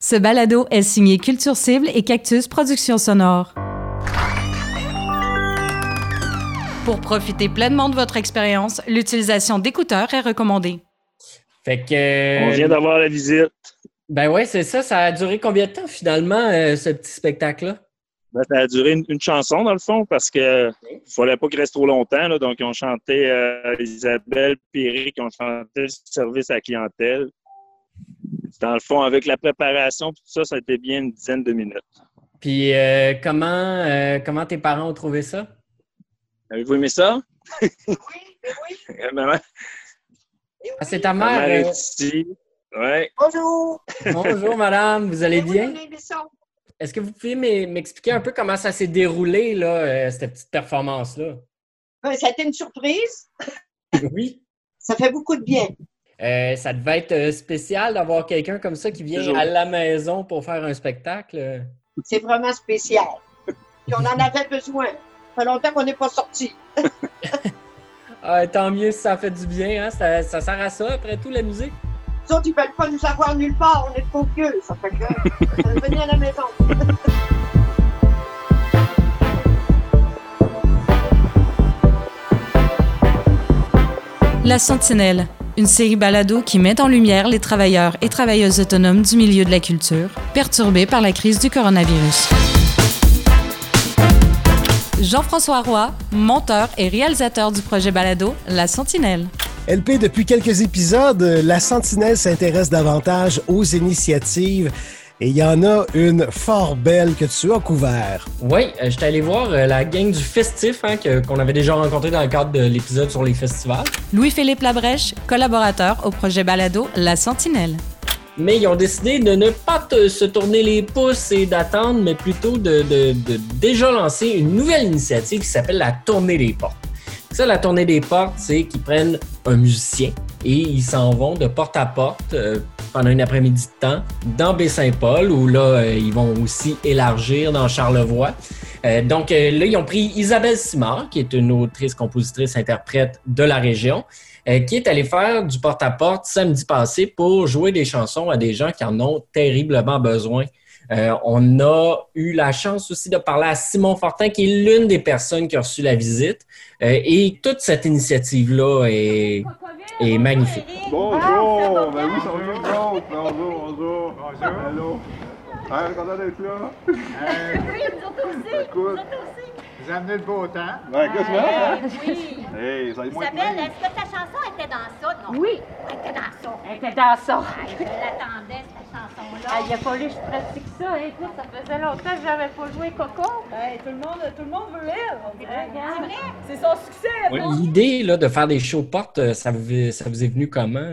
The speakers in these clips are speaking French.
Ce balado est signé Culture Cible et Cactus Productions Sonores. Pour profiter pleinement de votre expérience, l'utilisation d'écouteurs est recommandée. Fait que... On vient d'avoir la visite. Ben ouais, c'est ça. Ça a duré combien de temps, finalement, ce petit spectacle-là? Ben, ça a duré une chanson, dans le fond, parce que fallait pas qu'il reste trop longtemps. Là, donc, on chantait Isabelle Pérry, qui ont chanté le service à la clientèle. Dans le fond, avec la préparation, tout ça, ça a été bien une dizaine de minutes. Puis, comment tes parents ont trouvé ça? Avez-vous aimé ça? Oui. Maman, Ah, c'est ta ma mère mère. est ici. Ouais. Bonjour. Bonjour, madame. Vous allez Oui, bien? on a aimé ça. Est-ce que vous pouvez m'expliquer un peu comment ça s'est déroulé, là, cette petite performance-là? Ça a été une surprise. Oui. Ça fait beaucoup de bien. Ça devait être spécial d'avoir quelqu'un comme ça qui vient Toujours. à la maison pour faire un spectacle. C'est vraiment spécial. Puis on en avait besoin. Ça fait longtemps qu'on n'est pas sortis. Ah, tant mieux si ça fait du bien, hein? Ça sert à ça, après tout, la musique. Les autres, ils ne veulent pas nous avoir nulle part. On est trop vieux. Ça fait que ça venir à la maison. La Sentinelle, une série balado qui met en lumière les travailleurs et travailleuses autonomes du milieu de la culture, perturbés par la crise du coronavirus. Jean-François Roy, monteur et réalisateur du projet balado La Sentinelle. LP, depuis quelques épisodes, La Sentinelle s'intéresse davantage aux initiatives et il y en a une fort belle que tu as couvert. Oui, j'étais allé voir la gang du Festif, hein, qu'on avait déjà rencontré dans le cadre de l'épisode sur les festivals. Louis-Philippe Labrèche, collaborateur au projet balado La Sentinelle. Mais ils ont décidé de ne pas se tourner les pouces et d'attendre, mais plutôt de déjà lancer une nouvelle initiative qui s'appelle la Tournée des Portes. Ça, la Tournée des Portes, c'est qu'ils prennent un musicien et ils s'en vont de porte à porte pendant une après-midi de temps dans Baie-Saint-Paul, où là, ils vont aussi élargir dans Charlevoix. Donc là, ils ont pris Isabelle Simard, qui est une autrice, compositrice, interprète de la région, qui est allée faire du porte-à-porte samedi passé pour jouer des chansons à des gens qui en ont terriblement besoin. On a eu la chance aussi de parler à Simon Fortin, qui est l'une des personnes qui a reçu la visite. Et toute cette initiative-là est magnifique. Bonjour! Ben oui, ça va bien, bonjour. Allô? Content d'être là? Oui, nous autres aussi. Écoute. Vous amenez le beau temps. Ben, qu'est-ce que c'est? Oui. Hey, ça va être moins Isabelle, plein. est-ce que ta chanson était dans ça? Non. Oui, Elle était dans ça. elle était dans ça. Je l'attendais, cette chanson-là. Il a fallu que je pratique ça. Écoute, ça faisait longtemps que j'avais pas joué Coco. Tout le monde veut lire. On dirait. C'est vrai? C'est son succès. Ouais, l'idée là, de faire des shows portes, ça vous est venu comment?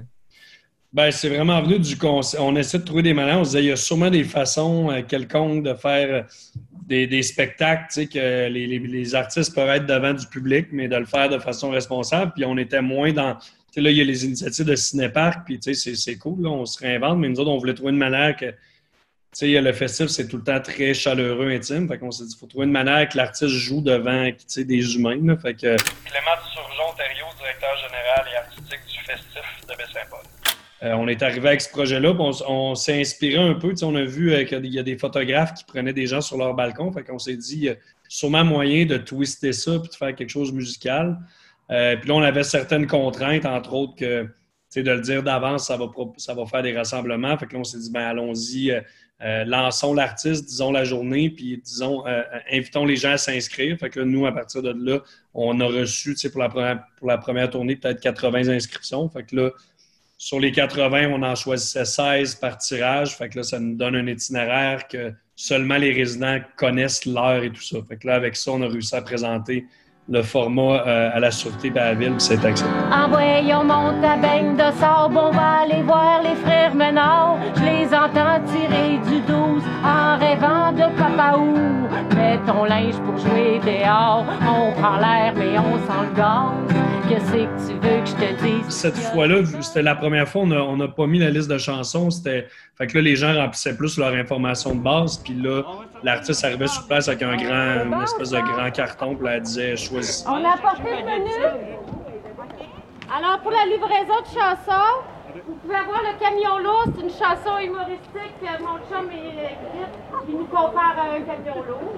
Ben, c'est vraiment venu du concept. On essaie de trouver des manières. On se disait, il y a sûrement des façons quelconques de faire des spectacles, tu sais, que les artistes peuvent être devant du public, mais de le faire de façon responsable. Puis on était moins dans... Tu sais, là, il y a les initiatives de cinéparc, puis tu sais, c'est cool, là, on se réinvente, mais nous autres, on voulait trouver une manière que... Tu sais, le festival, c'est tout le temps très chaleureux, intime. Fait qu'on s'est dit, il faut trouver une manière que l'artiste joue devant, tu sais, des humains, là. Fait que... Clément Turgeon, Ontario, directeur général et artistique du Festif de Baie-Saint-Paul. On est arrivé avec ce projet-là, puis on s'est inspiré un peu. Tu sais, on a vu qu'il y a des photographes qui prenaient des gens sur leur balcon. Fait qu'on s'est dit, il y a sûrement moyen de twister ça puis de faire quelque chose de musical. Puis là, on avait certaines contraintes, entre autres, que, tu sais, de le dire d'avance, ça va faire des rassemblements. Fait que là, on s'est dit, ben allons-y, lançons l'artiste, disons la journée, puis disons, invitons les gens à s'inscrire. Fait que là, nous, à partir de là, on a reçu, tu sais, pour la première tournée, peut-être 80 inscriptions. Fait que là, sur les 80, on en choisissait 16 par tirage. Fait que là, ça nous donne un itinéraire que seulement les résidents connaissent l'heure et tout ça. Fait que là, avec ça, on a réussi à présenter le format à la Sûreté et à la Ville, puis c'est accepté. En voyant monte à beigne de sable, on va aller voir les frères Menard. Je les entends tirer du 12 en rêvant de papaou. Mets ton linge pour jouer dehors, on prend l'air mais on sent le gaz. Qu'est-ce que tu veux que je te dise? Cette fois-là, c'était la première fois, on n'a pas mis la liste de chansons. Fait que là, les gens remplissaient plus leur information de base. Puis là, l'artiste arrivait sur place avec une espèce de grand carton. Puis là, elle disait « Choisis ». On a apporté le menu. Alors, pour la livraison de chansons, Vous pouvez avoir le camion lourd, c'est une chanson humoristique que mon chum écrit qui nous compare à un camion lourd.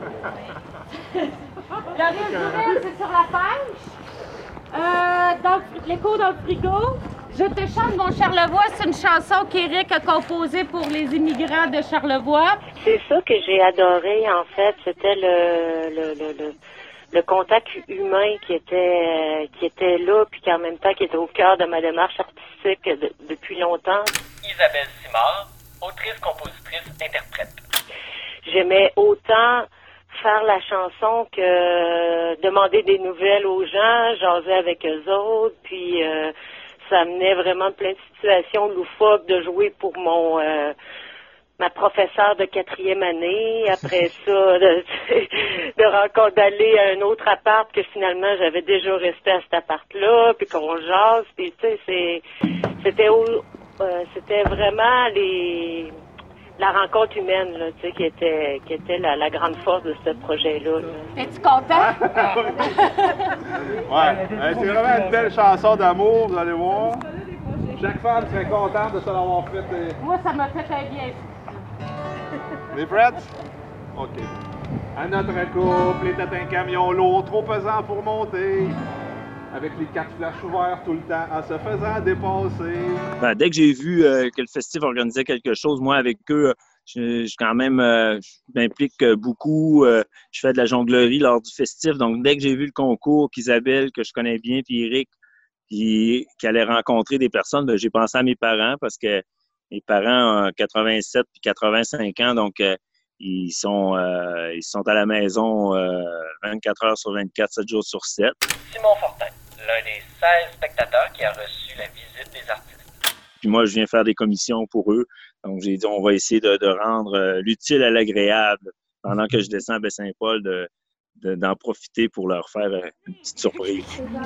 Le reste du rêve, c'est sur la pêche. L'écho dans le frigo. Je te chante mon Charlevoix, c'est une chanson qu'Éric a composée pour les immigrants de Charlevoix. C'est ça que j'ai adoré, en fait, c'était le contact humain qui était là, puis qui en même temps qui était au cœur de ma démarche artistique depuis longtemps. Isabelle Simard, autrice, compositrice, interprète. J'aimais autant faire la chanson que demander des nouvelles aux gens, jaser avec eux autres, puis ça amenait vraiment plein de situations loufoques de jouer pour ma professeure de 4e année, après ça, d'aller à un autre appart que finalement j'avais déjà resté à cet appart-là, puis qu'on jase, puis tu sais, c'était vraiment la rencontre humaine, là, tu sais, qui était la grande force de ce projet-là. Es-tu content? Ouais, c'est vraiment une belle chanson d'amour, vous allez voir. Chaque femme serait contente de se l'avoir fait. Moi, ça m'a fait un bien. Les prêtes? OK. À notre couple était un camion lourd, trop pesant pour monter. Avec les 4 flashs ouverts tout le temps, en se faisant dépasser. Ben, dès que j'ai vu que le festif organisait quelque chose, moi, avec eux, je m'implique beaucoup. Je fais de la jonglerie lors du festif. Donc, dès que j'ai vu le concours, qu'Isabelle, que je connais bien, puis Éric, qui allait rencontrer des personnes, ben, j'ai pensé à mes parents parce que mes parents ont 87 puis 85 ans, donc ils sont à la maison 24 heures sur 24, 7 jours sur 7. Simon Fortin, l'un des 16 spectateurs qui a reçu la visite des artistes. Puis moi, je viens faire des commissions pour eux. Donc, j'ai dit, on va essayer de rendre l'utile à l'agréable pendant que je descends à Baie-Saint-Paul, d'en profiter pour leur faire une petite surprise.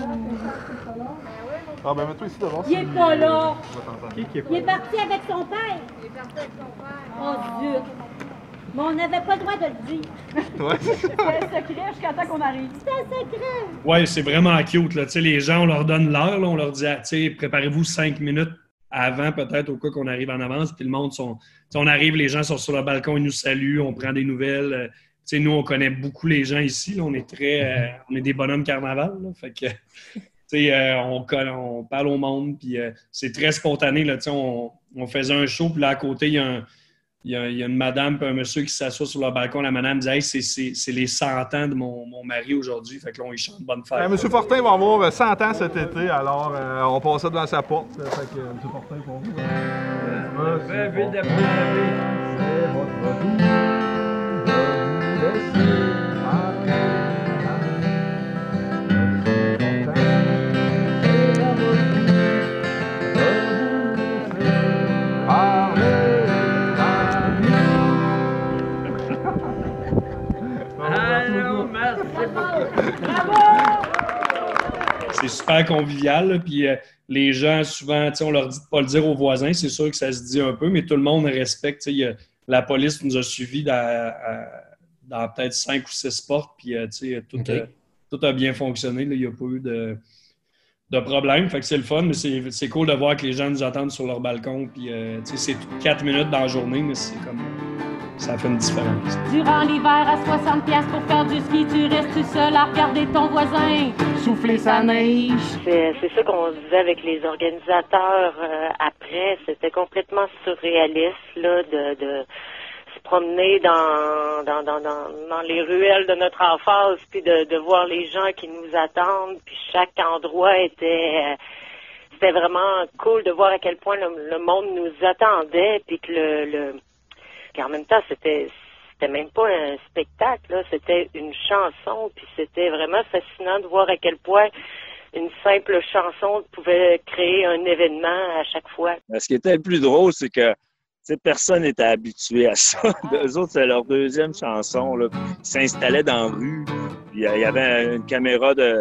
Ah ben mets-toi ici devant. Il est pas là. Il est parti avec son père. Oh zut. Mais on n'avait pas le droit de le dire. Ouais. C'est un secret jusqu'à temps qu'on arrive. C'est un secret. Ouais, c'est vraiment cute, là. Tu sais, les gens, on leur donne l'heure, là, on leur dit, tu sais, préparez-vous 5 minutes avant, peut-être, au cas qu'on arrive en avance, puis le monde on arrive, les gens sont sur le balcon, ils nous saluent, on prend des nouvelles. Tu sais, nous, on connaît beaucoup les gens ici, là. On est des bonhommes carnaval, là. Fait que, tu sais, on parle au monde, puis c'est très spontané, là. Tu sais, on faisait un show, puis là, à côté, il y a une madame et un monsieur qui s'assoit sur le balcon. La madame dit « Hey, c'est les 100 ans de mon mari aujourd'hui. » Fait que là, on y chante « Bonne fête ». Monsieur Fortin va avoir 100 ans cet été, alors on passe ça devant sa porte. Fait que Monsieur Fortin, pour vous. C'est votre vie de vous laisser C'est super convivial, là, puis les gens, souvent, on leur dit de ne pas le dire aux voisins, c'est sûr que ça se dit un peu, mais tout le monde respecte. La police nous a suivis dans peut-être 5 ou 6 portes, puis tout a bien fonctionné, il n'y a pas eu de problème. Fait que c'est le fun, mais c'est cool de voir que les gens nous attendent sur leur balcon, puis c'est 4 minutes dans la journée, mais c'est comme... Ça fait une différence. Durant l'hiver, à 60$ pour faire du ski, tu restes tout seul à regarder ton voisin souffler sa neige. C'est ça qu'on se disait avec les organisateurs après. C'était complètement surréaliste là, de se promener dans les ruelles de notre enfance, puis de voir les gens qui nous attendent. Puis chaque endroit c'était vraiment cool de voir à quel point le monde nous attendait, puis que Puis en même temps, c'était même pas un spectacle, là, c'était une chanson, puis c'était vraiment fascinant de voir à quel point une simple chanson pouvait créer un événement à chaque fois. Ce qui était le plus drôle, c'est que personne n'était habitué à ça. Eux autres, c'est leur deuxième chanson. Là. Ils s'installaient dans la rue. Puis, il y avait une caméra de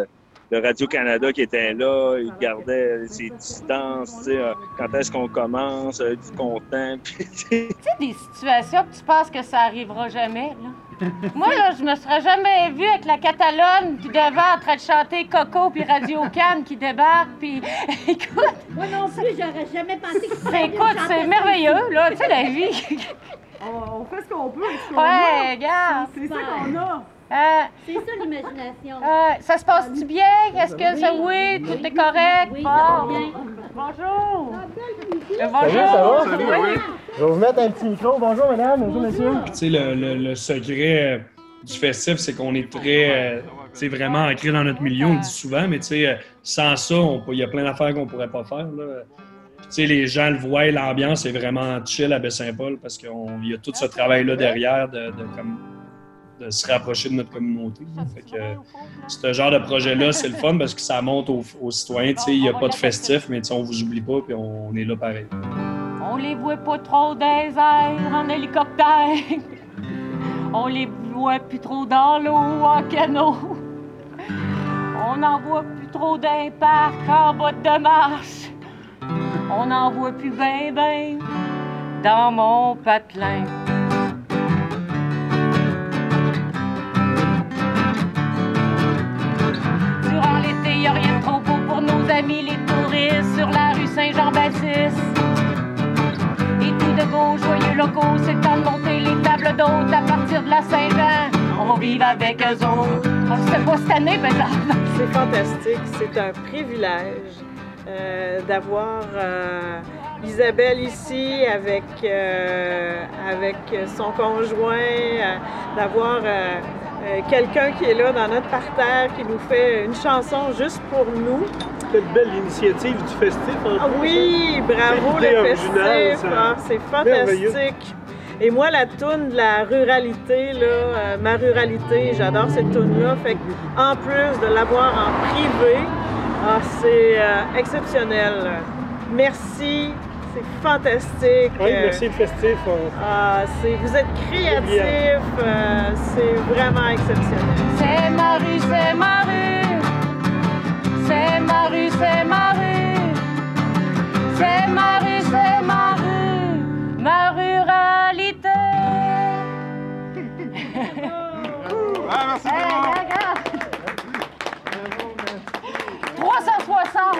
Radio-Canada qui était là, il gardait ses distances, tu sais, quand est-ce qu'on commence, du content. Tu sais, des situations que tu penses que ça arrivera jamais, là. Moi, là, je me serais jamais vue avec la Catalogne, puis devant, en train de chanter Coco, puis Radio-Can qui débarque, puis écoute... Moi non plus, j'aurais jamais pensé que ça écoute, c'est merveilleux, là, tu sais, la vie. On fait ce qu'on peut avec ce qu'on a. Ouais, regarde. C'est ça qu'on a. C'est ça l'imagination. Ça se passe-tu bien? Est-ce que ça, oui, tout est correct? Oui, bon. ça va bien. Bonjour. Salut, ça va? Salut, oui. Je vais vous mettre un petit micro. Bonjour, madame. Bonjour, monsieur. Tu sais, le secret du festif, c'est qu'on est très, vraiment ancré dans notre milieu, on le dit souvent, mais tu sais, sans ça, il y a plein d'affaires qu'on pourrait pas faire, là. Tu sais, les gens le voient, l'ambiance est vraiment chill à Baie-Saint-Paul parce qu'il y a tout ce travail-là derrière de se rapprocher de notre communauté. Fait que ce genre de projet-là, c'est le fun parce que ça montre aux citoyens, tu sais, il n'y a pas de festif, mais on vous oublie pas puis on est là pareil. On les voit pas trop dans les airs en hélicoptère. On les voit plus trop dans l'eau en canot. On n'en voit plus trop d'un parc en bas de marche. On n'en voit plus ben dans mon patelin. Durant l'été, y a rien de trop beau pour nos amis les touristes sur la rue Saint-Jean-Baptiste. Et tout de beaux joyeux locaux, c'est le temps de monter les tables d'hôtes à partir de la Saint-Jean. On va vivre avec eux autres. On le sait pas cette année, mais là. C'est fantastique, c'est un privilège. D'avoir Isabelle ici avec son conjoint, d'avoir quelqu'un qui est là dans notre parterre qui nous fait une chanson juste pour nous. Quelle belle initiative du festif. Oui, bravo le festif, c'est fantastique. Et moi, la toune de la ruralité, là, ma ruralité, j'adore cette toune-là. Fait en plus de l'avoir en privé, c'est exceptionnel. Merci, c'est fantastique. Oui, merci le festif. Vous êtes créatifs, c'est vraiment exceptionnel. C'est ma rue, c'est ma rue. C'est ma rue, c'est ma rue. C'est ma rue, c'est ma rue. Ma ruralité. Merci beaucoup. 360!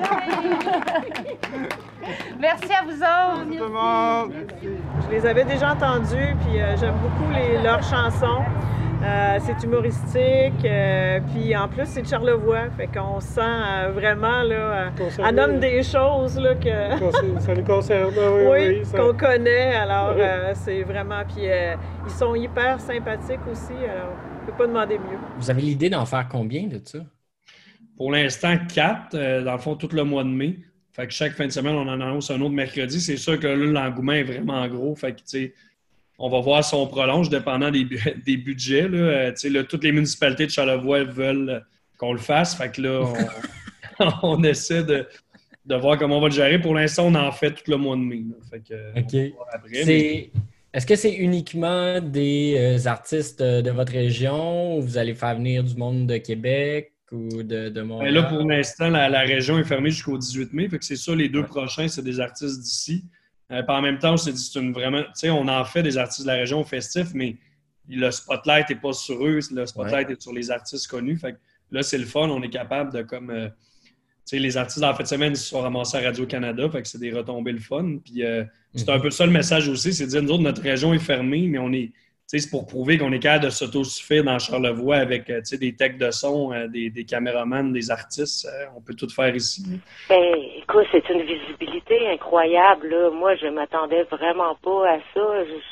Merci à vous autres! Merci tout le monde! Je les avais déjà entendus, puis j'aime beaucoup leurs chansons. C'est humoristique, puis en plus c'est de Charlevoix, fait qu'on sent vraiment là, elle nomme des choses là que ça nous concerne, oui, qu'on connaît. Alors c'est vraiment, puis ils sont hyper sympathiques aussi. Alors on peut pas demander mieux. Vous avez l'idée d'en faire combien de ça? Pour l'instant, 4, dans le fond, tout le mois de mai. Fait que chaque fin de semaine, on en annonce un autre mercredi. C'est sûr que là, l'engouement est vraiment gros. Fait que, tu sais, on va voir si on prolonge, dépendant des budgets. Là. Tu sais, là, toutes les municipalités de Charlevoix veulent qu'on le fasse. Fait que là, on essaie de voir comment on va le gérer. Pour l'instant, on en fait tout le mois de mai. Là. Fait que, OK. on va voir après, Est-ce que c'est uniquement des artistes de votre région ou vous allez faire venir du monde de Québec? Ou de Montréal? Là, pour l'instant, la région est fermée jusqu'au 18 mai. Fait que c'est ça, les 2 prochains, c'est des artistes d'ici. En même temps, on s'est dit, c'est vraiment... Tu sais, on en fait des artistes de la région festifs, mais le spotlight n'est pas sur eux. Le spotlight est sur les artistes connus. Fait que là, c'est le fun. On est capable de, comme... tu sais, les artistes, en fin de semaine, ils se sont ramassés à Radio-Canada. Fait que c'est des retombées le fun. Puis c'est un peu ça le message aussi. C'est de dire, nous autres, notre région est fermée, mais on est... C'est pour prouver qu'on est capable de s'autosuffire dans Charlevoix avec des techs de son, des caméramans, des artistes. On peut tout faire ici. Ben, écoute, c'est une visibilité incroyable. Là. Moi, je m'attendais vraiment pas à ça.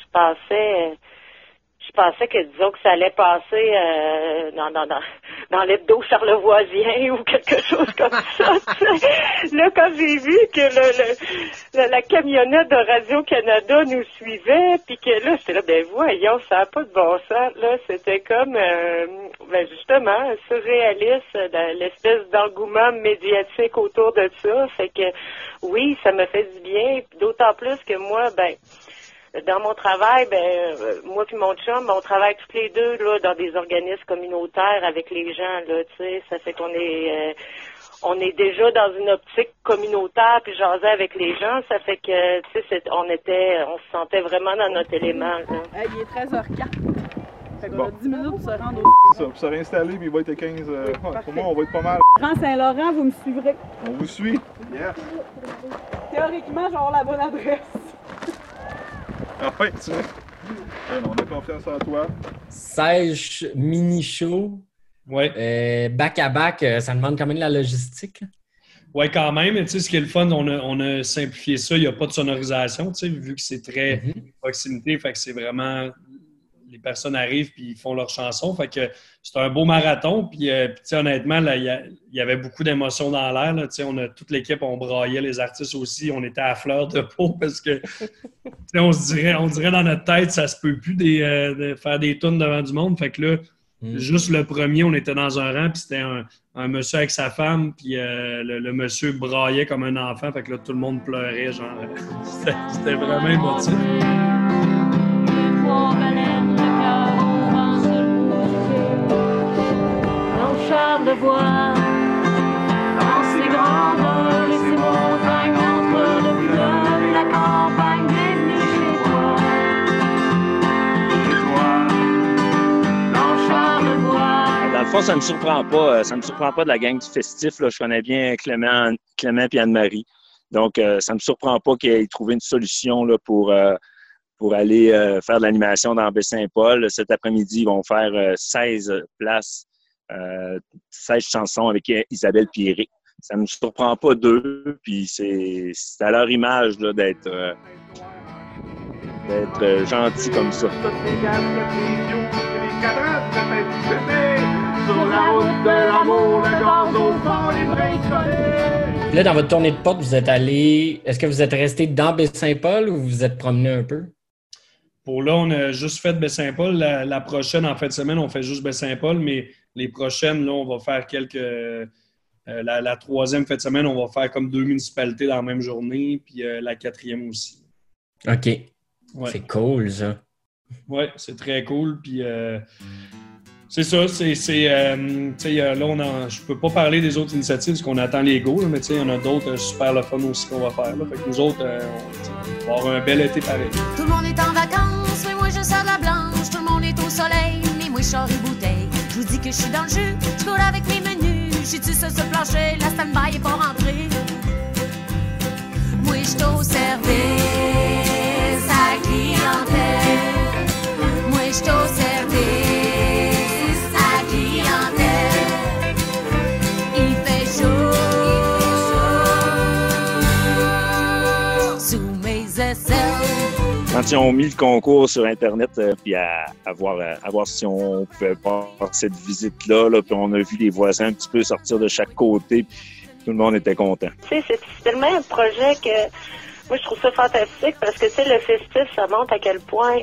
Je pensais que, disons, que ça allait passer dans l'hebdo charlevoisien ou quelque chose comme ça. Là, quand j'ai vu que la camionnette de Radio-Canada nous suivait, puis que là, j'étais là, ben voyons, ça n'a pas de bon sens. Là, c'était comme, justement, surréaliste, l'espèce d'engouement médiatique autour de ça. Fait que, oui, ça me fait du bien, d'autant plus que moi, dans mon travail, moi puis mon chum, on travaille toutes les deux là dans des organismes communautaires avec les gens là, tu sais, ça fait qu'on est déjà dans une optique communautaire puis jaser avec les gens, ça fait que tu sais on se sentait vraiment dans notre élément là. Il est 13h04. Fait qu'on a 10 minutes pour se rendre au... C'est ça, pour se réinstaller, puis il va être 15. Pour moi, on va être pas mal. Grand Saint-Laurent, vous me suivrez. On vous suit. Yes. Théoriquement, j'aurai la bonne adresse. Ah ouais, tu sais. On a confiance en toi. 16 mini-shows. Ouais. Back-à-back, ça demande quand même de la logistique. Oui, quand même. Tu sais, ce qui est le fun, on a simplifié ça. Il n'y a pas de sonorisation, tu sais, vu que c'est très proximité. Fait que c'est vraiment... Les personnes arrivent puis ils font leurs chansons. Fait que c'est un beau marathon. Puis honnêtement, là, il y avait beaucoup d'émotions dans l'air. Là. Toute l'équipe, on braillait, les artistes aussi. On était à fleur de peau parce que on dirait dans notre tête, ça se peut plus de faire des tunes devant du monde. Fait que là, juste le premier, on était dans un rang, puis c'était un monsieur avec sa femme, puis le monsieur braillait comme un enfant. Fait que là, tout le monde pleurait. Genre, c'était vraiment émotif. De voir dans ces grands vols et ces montagnes entre le fleuve et la campagne, bienvenue chez toi. Chez toi, Blanchard de Bois. Dans le fond, ça me surprend pas de la gang du festif. Là. Je connais bien Clément et Anne-Marie. Donc, ça me surprend pas qu'ils aient trouvé une solution là, pour aller faire de l'animation dans Baie-Saint-Paul. Cet après-midi, ils vont faire 16 places. 16 chansons avec Isabelle Pierré. Ça ne me surprend pas d'eux, puis c'est à leur image là, d'être gentil comme ça. Sur la route de l'amour, le gaz au fond, les breaks collés. Là, dans votre tournée de porte, vous êtes allé... Est-ce que vous êtes resté dans Baie-Saint-Paul ou vous vous êtes promené un peu? Pour là, on a juste fait Baie-Saint-Paul. La prochaine, en fin de semaine, on fait juste Baie-Saint-Paul, mais les prochaines, là, on va faire la troisième fin de semaine, on va faire comme 2 municipalités dans la même journée, puis la 4e aussi. OK. Ouais. C'est cool, ça. Oui, c'est très cool. Puis c'est ça. Là, je peux pas parler des autres initiatives parce qu'on attend les go, là, mais il y en a d'autres super le fun aussi qu'on va faire. Là. Fait que nous autres, on va avoir un bel été pareil. Tout le monde est en vacances, mais moi je sors de la blanche. Tout le monde est au soleil, mais moi je sors une bouteille. Je vous dis que je suis dans le jus, je cours avec mes menus. Je suis-tu sur ce plancher, la stand-by est pas rentrée. Moi je suis au service à la clientèle. Moi je suis au service à la clientèle. Il fait chaud sous mes aisselles. Quand ils ont mis le concours sur Internet, puis à voir si on pouvait faire cette visite-là, là, puis on a vu les voisins un petit peu sortir de chaque côté, puis tout le monde était content. Tu sais, c'est tellement un projet que moi je trouve ça fantastique parce que tu sais, le festif, ça montre à quel point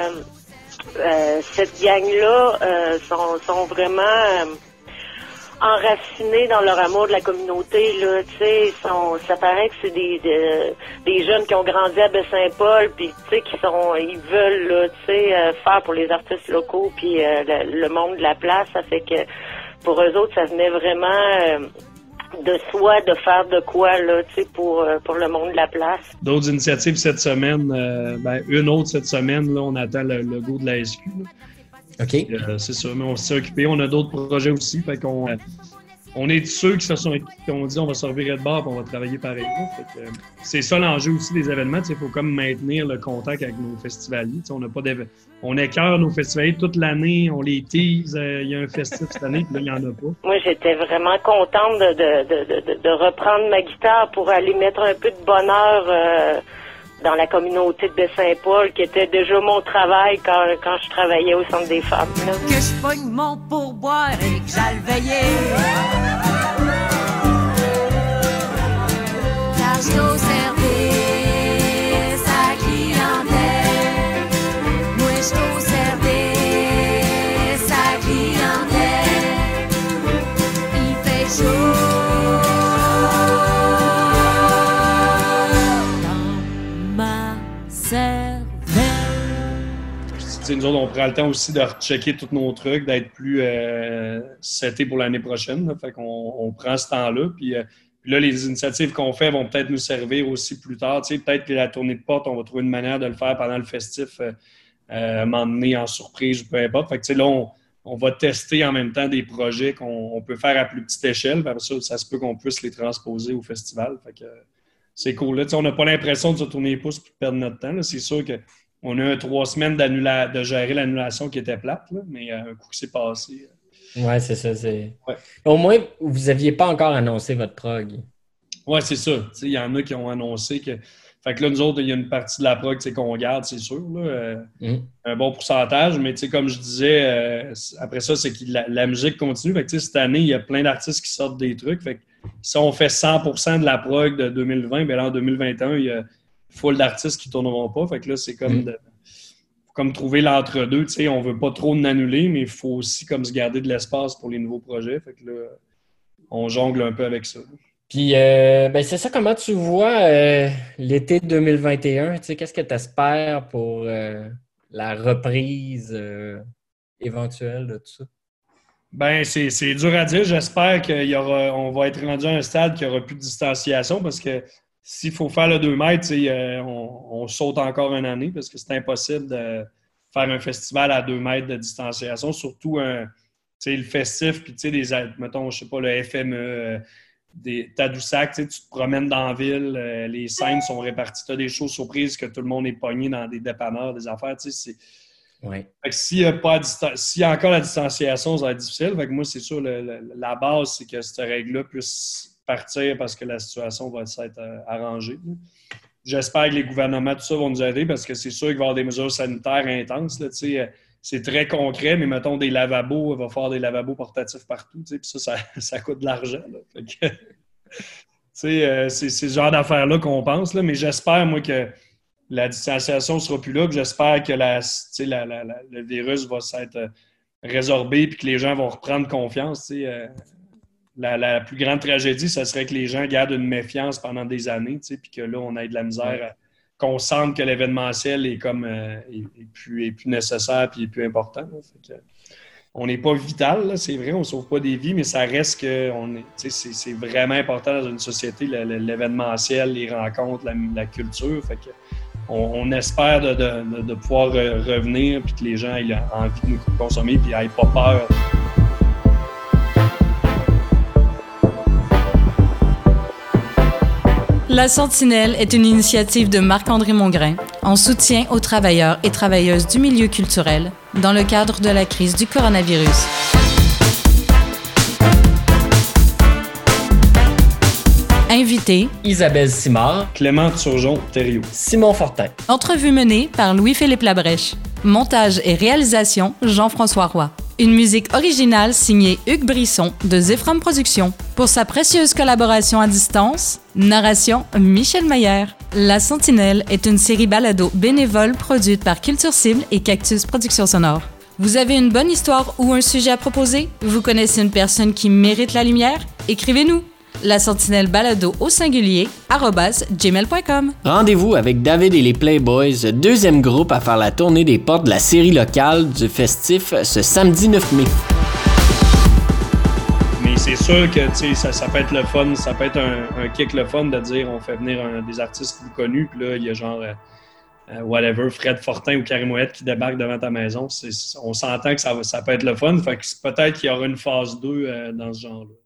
cette gang-là sont vraiment enracinés dans leur amour de la communauté, là, tu sais, ça paraît que c'est des jeunes qui ont grandi à Baie-Saint-Paul, puis tu sais, ils veulent, là, tu sais, faire pour les artistes locaux, puis le monde de la place, ça fait que pour eux autres, ça venait vraiment de soi de faire de quoi, là, tu sais, pour le monde de la place. D'autres initiatives cette semaine, une autre cette semaine, là, on attend le go de la SQ, là. OK. C'est ça, mais on s'est occupé. On a d'autres projets aussi. Fait qu'on on est de ceux qui ont dit on va se revirer de bord et on va travailler pareil. Fait que, c'est ça l'enjeu aussi des événements. Il faut comme maintenir le contact avec nos festivaliers. On écœure nos festivaliers toute l'année, on les tease. Il y a un festif cette année, puis là, il n'y en a pas. Moi, j'étais vraiment contente de reprendre ma guitare pour aller mettre un peu de bonheur dans la communauté de Baie-Saint-Paul, qui était déjà mon travail quand je travaillais au Centre des femmes. Là. Que je pogne mon pourboire et que j'aille veiller. Car je suis au service à la clientèle. Moi, je suis au service à la clientèle. Il fait chaud. Cervelle. nous autres, on prend le temps aussi de rechecker tous nos trucs, d'être plus setés pour l'année prochaine. Là. Fait qu'on prend ce temps-là. Puis là, les initiatives qu'on fait vont peut-être nous servir aussi plus tard. Tu sais, peut-être que la tournée de porte, on va trouver une manière de le faire pendant le festif, m'emmener en surprise ou peu importe. Fait que, tu sais, là, on va tester en même temps des projets qu'on peut faire à plus petite échelle. Parce que ça se peut qu'on puisse les transposer au festival. Fait que c'est cool. Là, tu sais, on n'a pas l'impression de se tourner les pouces et de perdre notre temps. Là. C'est sûr qu'on a eu 3 semaines de gérer l'annulation qui était plate, là, mais un coup qui s'est passé. Ouais, c'est ça. Ouais. Au moins, vous n'aviez pas encore annoncé votre prog. Ouais, c'est ça. Il y en a qui ont annoncé que. Fait que là, nous autres, il y a une partie de la prog qu'on garde, c'est sûr. Là, un bon pourcentage, mais comme je disais, après ça, c'est que la musique continue. Fait que cette année, il y a plein d'artistes qui sortent des trucs. Fait que si on fait 100% de la prog de 2020, bien là, en 2021, il y a full d'artistes qui ne tourneront pas. Fait que là, c'est comme trouver l'entre-deux. On ne veut pas trop d'annuler, mais il faut aussi comme se garder de l'espace pour les nouveaux projets. Fait que là, on jongle un peu avec ça. Puis, c'est ça, comment tu vois l'été 2021? Qu'est-ce que tu espères pour la reprise éventuelle de tout ça? Ben, c'est dur à dire. J'espère qu'on va être rendu à un stade qui aura plus de distanciation parce que s'il faut faire le 2 mètres, on saute encore une année parce que c'est impossible de faire un festival à 2 mètres de distanciation, surtout le festif, puis mettons, je sais pas, le FME, Tadoussac, tu te promènes dans la ville, les scènes sont réparties, tu as des choses surprises que tout le monde est pogné dans des dépanneurs, des affaires, Ouais. Fait que s'il y a encore la distanciation, ça va être difficile. Fait que moi, c'est sûr, la base, c'est que cette règle-là puisse partir parce que la situation va s'être arrangée. J'espère que les gouvernements, tout ça, vont nous aider parce que c'est sûr qu'il va y avoir des mesures sanitaires intenses. Là, c'est très concret, mais mettons des lavabos, il va falloir des lavabos portatifs partout. Puis ça coûte de l'argent. Là. Fait que, c'est ce genre d'affaires-là qu'on pense. Là, mais j'espère, moi, que la distanciation ne sera plus là. J'espère que le virus va s'être résorbé et que les gens vont reprendre confiance. La plus grande tragédie, ce serait que les gens gardent une méfiance pendant des années puis que là, on ait de la misère, qu'on sente que l'événementiel est comme est plus nécessaire et est plus important. Là. Fait que, on n'est pas vital, là, c'est vrai, on ne sauve pas des vies, mais ça reste que c'est vraiment important dans une société, l'événementiel, les rencontres, la culture. Fait que, on espère de pouvoir revenir et que les gens aient envie de nous consommer et n'aient pas peur. La Sentinelle est une initiative de Marc-André Mongrain en soutien aux travailleurs et travailleuses du milieu culturel dans le cadre de la crise du coronavirus. Invité Isabelle Simard, Clément Turgeon-Thériault, Simon Fortin. Entrevue menée par Louis-Philippe Labrèche. Montage et réalisation Jean-François Roy. Une musique originale signée Hugues Brisson de Zephram Productions. Pour sa précieuse collaboration à distance, narration Michel Mayer. La Sentinelle est une série balado bénévole produite par Culture Cible et Cactus Productions Sonores. Vous avez une bonne histoire ou un sujet à proposer? Vous connaissez une personne qui mérite la lumière? Écrivez-nous! La Sentinelle balado au singulier @gmail.com. Rendez-vous avec David et les Playboys, deuxième groupe à faire la tournée des portes de la série locale du festif ce samedi 9 mai. Mais c'est sûr que ça peut être le fun, ça peut être un kick le fun de dire on fait venir des artistes plus connus, puis là il y a genre whatever, Fred Fortin ou Carrie Moët qui débarquent devant ta maison. On s'entend que ça peut être le fun, fait que peut-être qu'il y aura une phase 2 dans ce genre-là.